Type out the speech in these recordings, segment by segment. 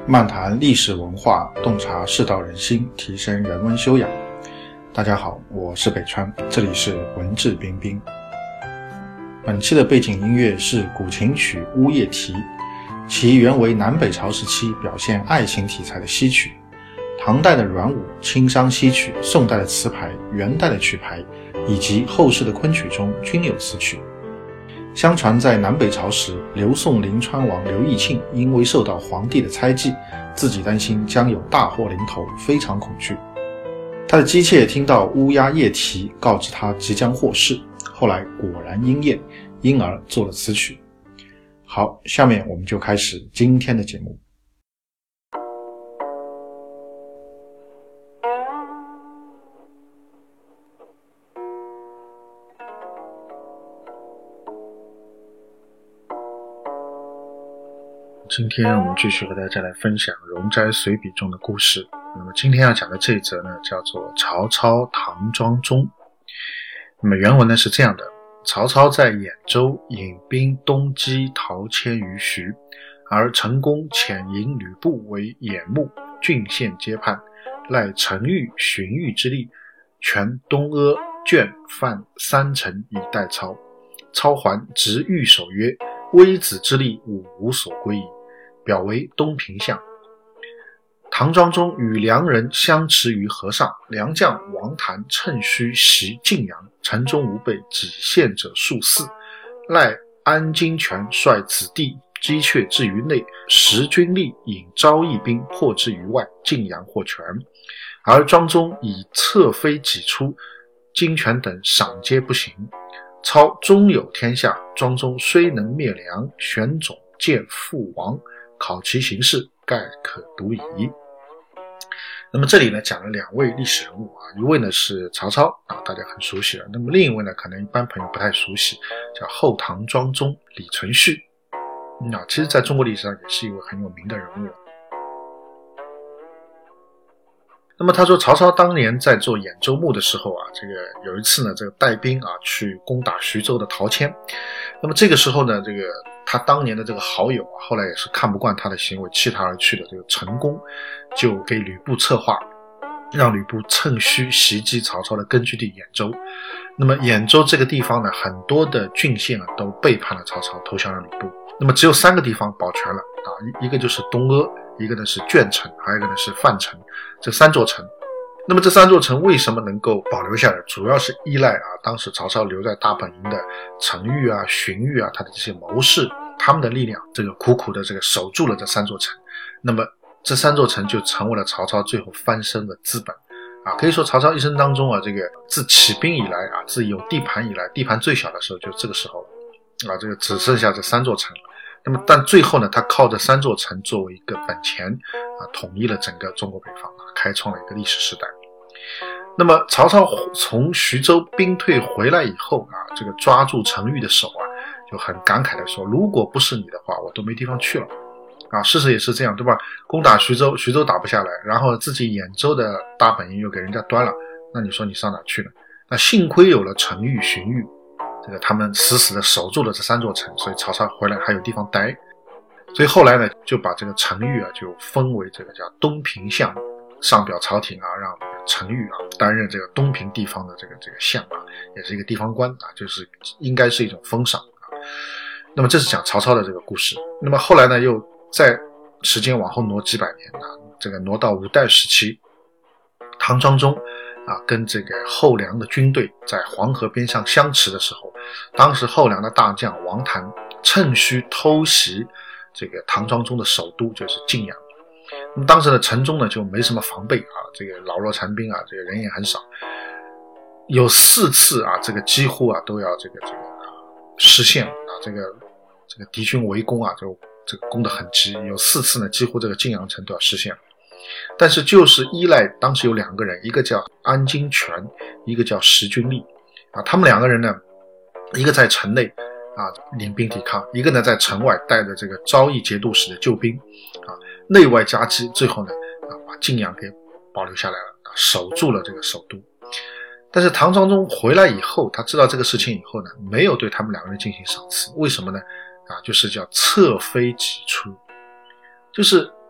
漫谈历史文化，洞察世道人心，提升人文修养。大家好，我是北川，这里是文质彬彬。本期的背景音乐是古琴曲《乌夜啼》，其原为南北朝时期表现爱情题材的戏曲。唐代的阮武、青商戏曲，宋代的词牌，元代的曲牌，以及后世的昆曲中均有此曲。相传在南北朝时，刘宋临川王刘义庆因为受到皇帝的猜忌，自己担心将有大祸临头，非常恐惧。他的姬妾听到乌鸦夜啼，告知他即将祸事，后来果然应验，因而做了此曲。好，下面我们就开始今天的节目。今天我们继续和大家来分享《容斋随笔》中的故事。那么今天要讲的这一则呢，叫做曹操唐庄中。那么原文呢是这样的：曹操在兖州引兵东击陶谦于徐，而陈宫遣引吕布为兖牧，郡县皆叛，赖陈玉、荀彧之力，全东阿、卷、范三城以待操。操还，执御守曰：微子之力，吾无所归矣。表为东平相。唐庄中与梁人相持于河上，梁将王谭趁虚袭晋阳，城中无备，己献者数四，赖安金泉率子弟击却至于内，时军力引昭义兵破之于外，晋阳获全。而庄中以侧妃己出，金泉等赏皆不行。操终有天下，庄中虽能灭梁，选种见父王，考其形势，盖可独矣。那么这里呢讲了两位历史人物啊，一位呢是曹操啊，大家很熟悉了。那么另一位呢，可能一般朋友不太熟悉，叫后唐庄中李存勖。其实在中国历史上也是一位很有名的人物。那么他说曹操当年在做兖州牧的时候啊，这个有一次呢，这个带兵啊去攻打徐州的陶谦。那么这个时候呢，这个他当年的这个好友啊，后来也是看不惯他的行为，弃他而去的这个陈宫，就给吕布策划，让吕布趁虚袭击曹操的根据地兖州。那么兖州这个地方呢，很多的郡县啊都背叛了曹操，投降了吕布。那么只有3个地方保全了啊，一个就是东阿，一个呢是鄄城，还有一个呢是范城，这3座城。那么这3座城为什么能够保留下来，主要是依赖啊当时曹操留在大本营的陈玉啊、荀彧啊，他的这些谋士，他们的力量，这个苦苦的这个守住了这3座城。那么这3座城就成为了曹操最后翻身的资本啊。可以说曹操一生当中啊，这个自起兵以来啊，自有地盘以来，地盘最小的时候就这个时候啊，这个只剩下这3座城了。那么但最后呢，他靠这3座城作为一个本钱啊，统一了整个中国北方啊，开创了一个历史时代。那么曹操从徐州兵退回来以后啊，这个抓住陈玉的手啊，就很感慨的说，如果不是你的话，我都没地方去了啊。事实也是这样，对吧？攻打徐州，徐州打不下来，然后自己兖州的大本营又给人家端了，那你说你上哪去呢？那幸亏有了陈玉、荀彧，这个他们死死的守住了这3座城，所以曹操回来还有地方待。所以后来呢，就把这个陈玉啊就封为这个叫东平相，上表朝廷啊，让陈玉啊担任这个东平地方的这个相啊，也是一个地方官啊，就是应该是一种封赏啊。那么这是讲曹操的这个故事。那么后来呢，又在时间往后挪几百年啊，这个挪到5代时期，唐庄中啊跟这个后梁的军队在黄河边上相持的时候，当时后梁的大将王谭趁虚偷袭这个唐庄中的首都，就是晋阳。那么当时的城中呢就没什么防备啊，这个老弱残兵啊，这个人也很少，有4次啊，这个几乎啊都要这个失陷啊，这个敌军围攻啊，就这个攻得很急，有4次呢几乎这个晋阳城都要失陷。但是就是依赖当时有2个人，一个叫安金泉，一个叫石君立啊，他们2个人呢，一个在城内啊领兵抵抗，一个呢在城外带着这个昭义节度使的救兵啊，内外夹击，最后呢啊把晋阳给保留下来了啊，守住了这个首都。但是唐庄中回来以后，他知道这个事情以后呢，没有对他们2个人进行赏赐。为什么呢？啊，就是叫侧妃己出，就是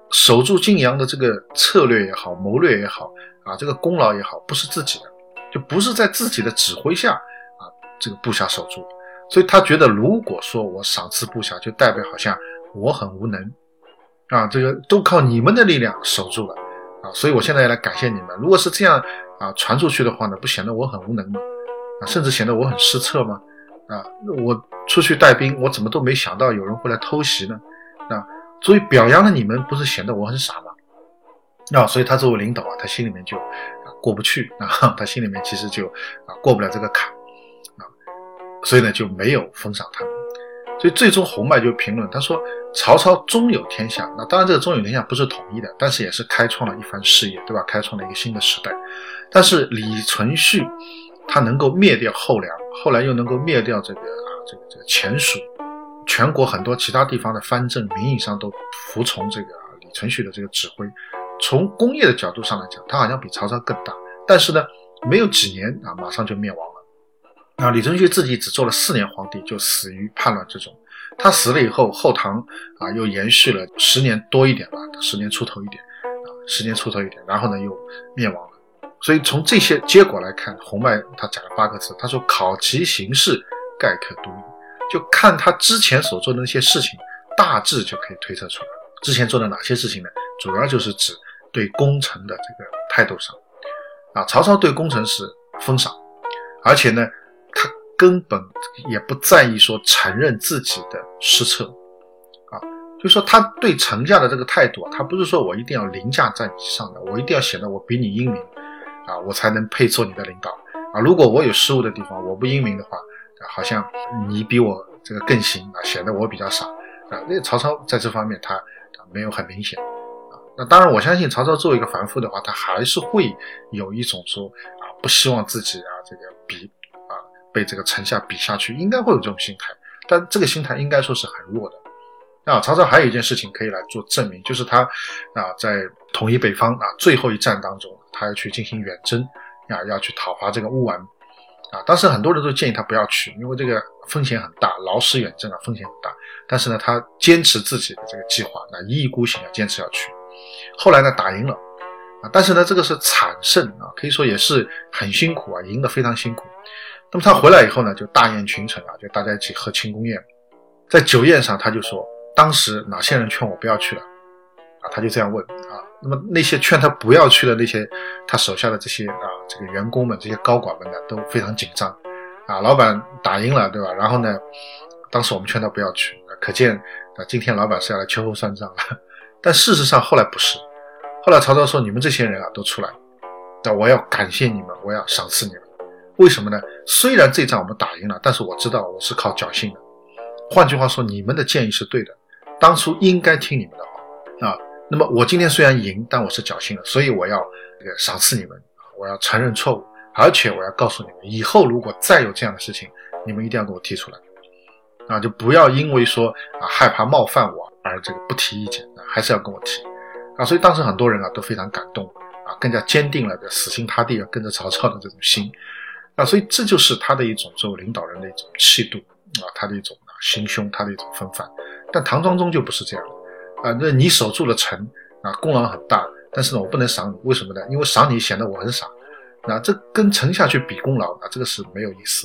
守住晋阳的这个策略也好，谋略也好啊，这个功劳也好，不是自己的，就不是在自己的指挥下啊，这个部下守住的。所以他觉得如果说我赏赐部下，就代表好像我很无能啊，这个都靠你们的力量守住了啊，所以我现在要来感谢你们。如果是这样啊传出去的话呢，不显得我很无能吗？啊，甚至显得我很失策吗？啊，我出去带兵，我怎么都没想到有人会来偷袭呢？啊，所以表扬了你们，不是显得我很傻吗？啊，所以他作为领导啊，他心里面就过不去啊，他心里面其实就过不了这个坎啊，所以呢就没有封赏他们。所以最终洪迈就评论，他说曹操终有天下。那当然这个终有天下不是统一的，但是也是开创了一番事业，对吧？开创了一个新的时代。但是李存勖他能够灭掉后梁，后来又能够灭掉这个前蜀，全国很多其他地方的藩镇名义上都服从这个李存勖的这个指挥。从工业的角度上来讲，他好像比曹操更大，但是呢没有几年啊，马上就灭亡了。啊，李存勖自己只做了4年皇帝，就死于叛乱之中。他死了以后，后唐啊又延续了10年多一点吧，10年出头一点，10年出头一点，然后呢又灭亡了。所以从这些结果来看，洪迈他讲了8个字，他说考其行事，概可度矣。就看他之前所做的那些事情，大致就可以推测出来。之前做的哪些事情呢？主要就是指对功臣的这个态度上啊，曹操对功臣是封赏，而且呢他根本也不在意说承认自己的失策啊，就是说他对臣下的这个态度啊，他不是说我一定要凌驾在你上的，我一定要显得我比你英明啊，我才能配做你的领导啊。如果我有失误的地方，我不英明的话，好像你比我这个更行啊，显得我比较傻啊。那曹操在这方面他没有很明显啊。那当然我相信曹操作为一个凡夫的话，他还是会有一种说啊，不希望自己这个被这个臣下比下去，应该会有这种心态，但这个心态应该说是很弱的。曹操还有一件事情可以来做证明，就是他在统一北方最后一战当中，他要去进行远征要去讨伐这个乌丸当时很多人都建议他不要去，因为这个风险很大，劳师远征风险很大。但是呢他坚持自己的这个计划，一意孤行坚持要去。后来呢打赢了但是呢这个是惨胜可以说也是很辛苦赢得非常辛苦。那么他回来以后呢，就大宴群臣就大家一起喝庆功宴。在酒宴上他就说，当时哪些人劝我不要去了他就这样问那么那些劝他不要去的那些他手下的这些这个员工们，这些高管们呢都非常紧张老板打赢了，对吧？然后呢当时我们劝他不要去，可见今天老板是要来秋后算账了。但事实上后来不是，后来曹操说，你们这些人都出来，我要感谢你们，我要赏赐你们。为什么呢？虽然这仗我们打赢了，但是我知道我是靠侥幸的。换句话说，你们的建议是对的，当初应该听你们的话那么我今天虽然赢，但我是侥幸的，所以我要赏赐你们，我要承认错误，而且我要告诉你们，以后如果再有这样的事情，你们一定要给我提出来就不要因为说害怕冒犯我而这个不提意见还是要跟我提所以当时很多人都非常感动更加坚定了死心塌地要跟着曹操的这种心所以这就是他的一种作为领导人的一种气度他的一种心胸，他的一种风范。但唐庄宗就不是这样那你守住了城功劳很大，但是呢我不能赏你，为什么呢？因为赏你显得我很傻这跟臣下去比功劳这个是没有意思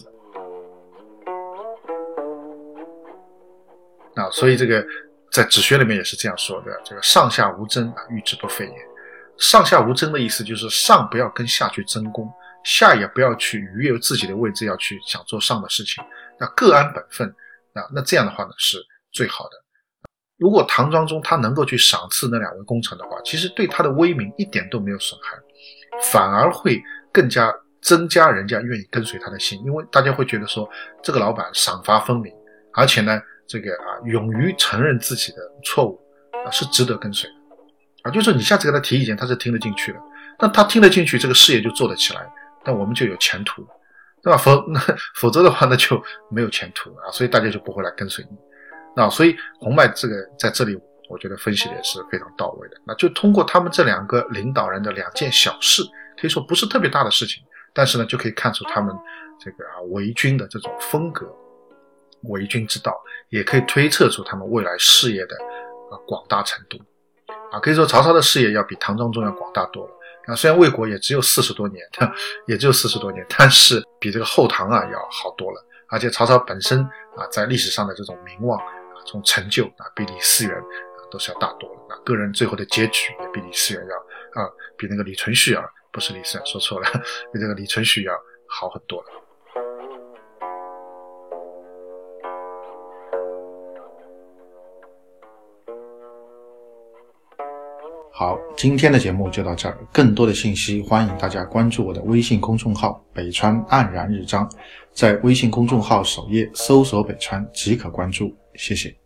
的所以这个在止学里面也是这样说的，这个上下无争欲之不废也。上下无争的意思就是上不要跟下去争功，下也不要去逾越自己的位置要去想做上的事情，各安本分那这样的话呢是最好的。如果唐庄宗他能够去赏赐那2位功臣的话，其实对他的威名一点都没有损害，反而会更加增加人家愿意跟随他的心，因为大家会觉得说这个老板赏罚分明，而且呢这个勇于承认自己的错误是值得跟随的就是说你下次给他提意见他是听得进去的，那他听得进去，这个事业就做得起来，那我们就有前途，对吧？否则的话那就没有前途所以大家就不会来跟随你所以洪迈这个在这里我觉得分析的也是非常到位的。那就通过他们这2个领导人的2件小事，可以说不是特别大的事情，但是呢就可以看出他们这个为君的这种风格，为君之道，也可以推测出他们未来事业的广大程度啊，可以说曹操的事业要比唐庄宗要广大多了。啊，虽然魏国也只有40多年，但是比这个后唐啊要好多了。而且曹操本身啊在历史上的这种名望啊，从成就啊比李嗣源都是要大多了。那个人最后的结局也比李嗣源要比那个李存勖不是李嗣源说错了，比这个李存勖要好很多了。好，今天的节目就到这儿。更多的信息欢迎大家关注我的微信公众号北川黯然日章，在微信公众号首页搜索北川即可关注，谢谢。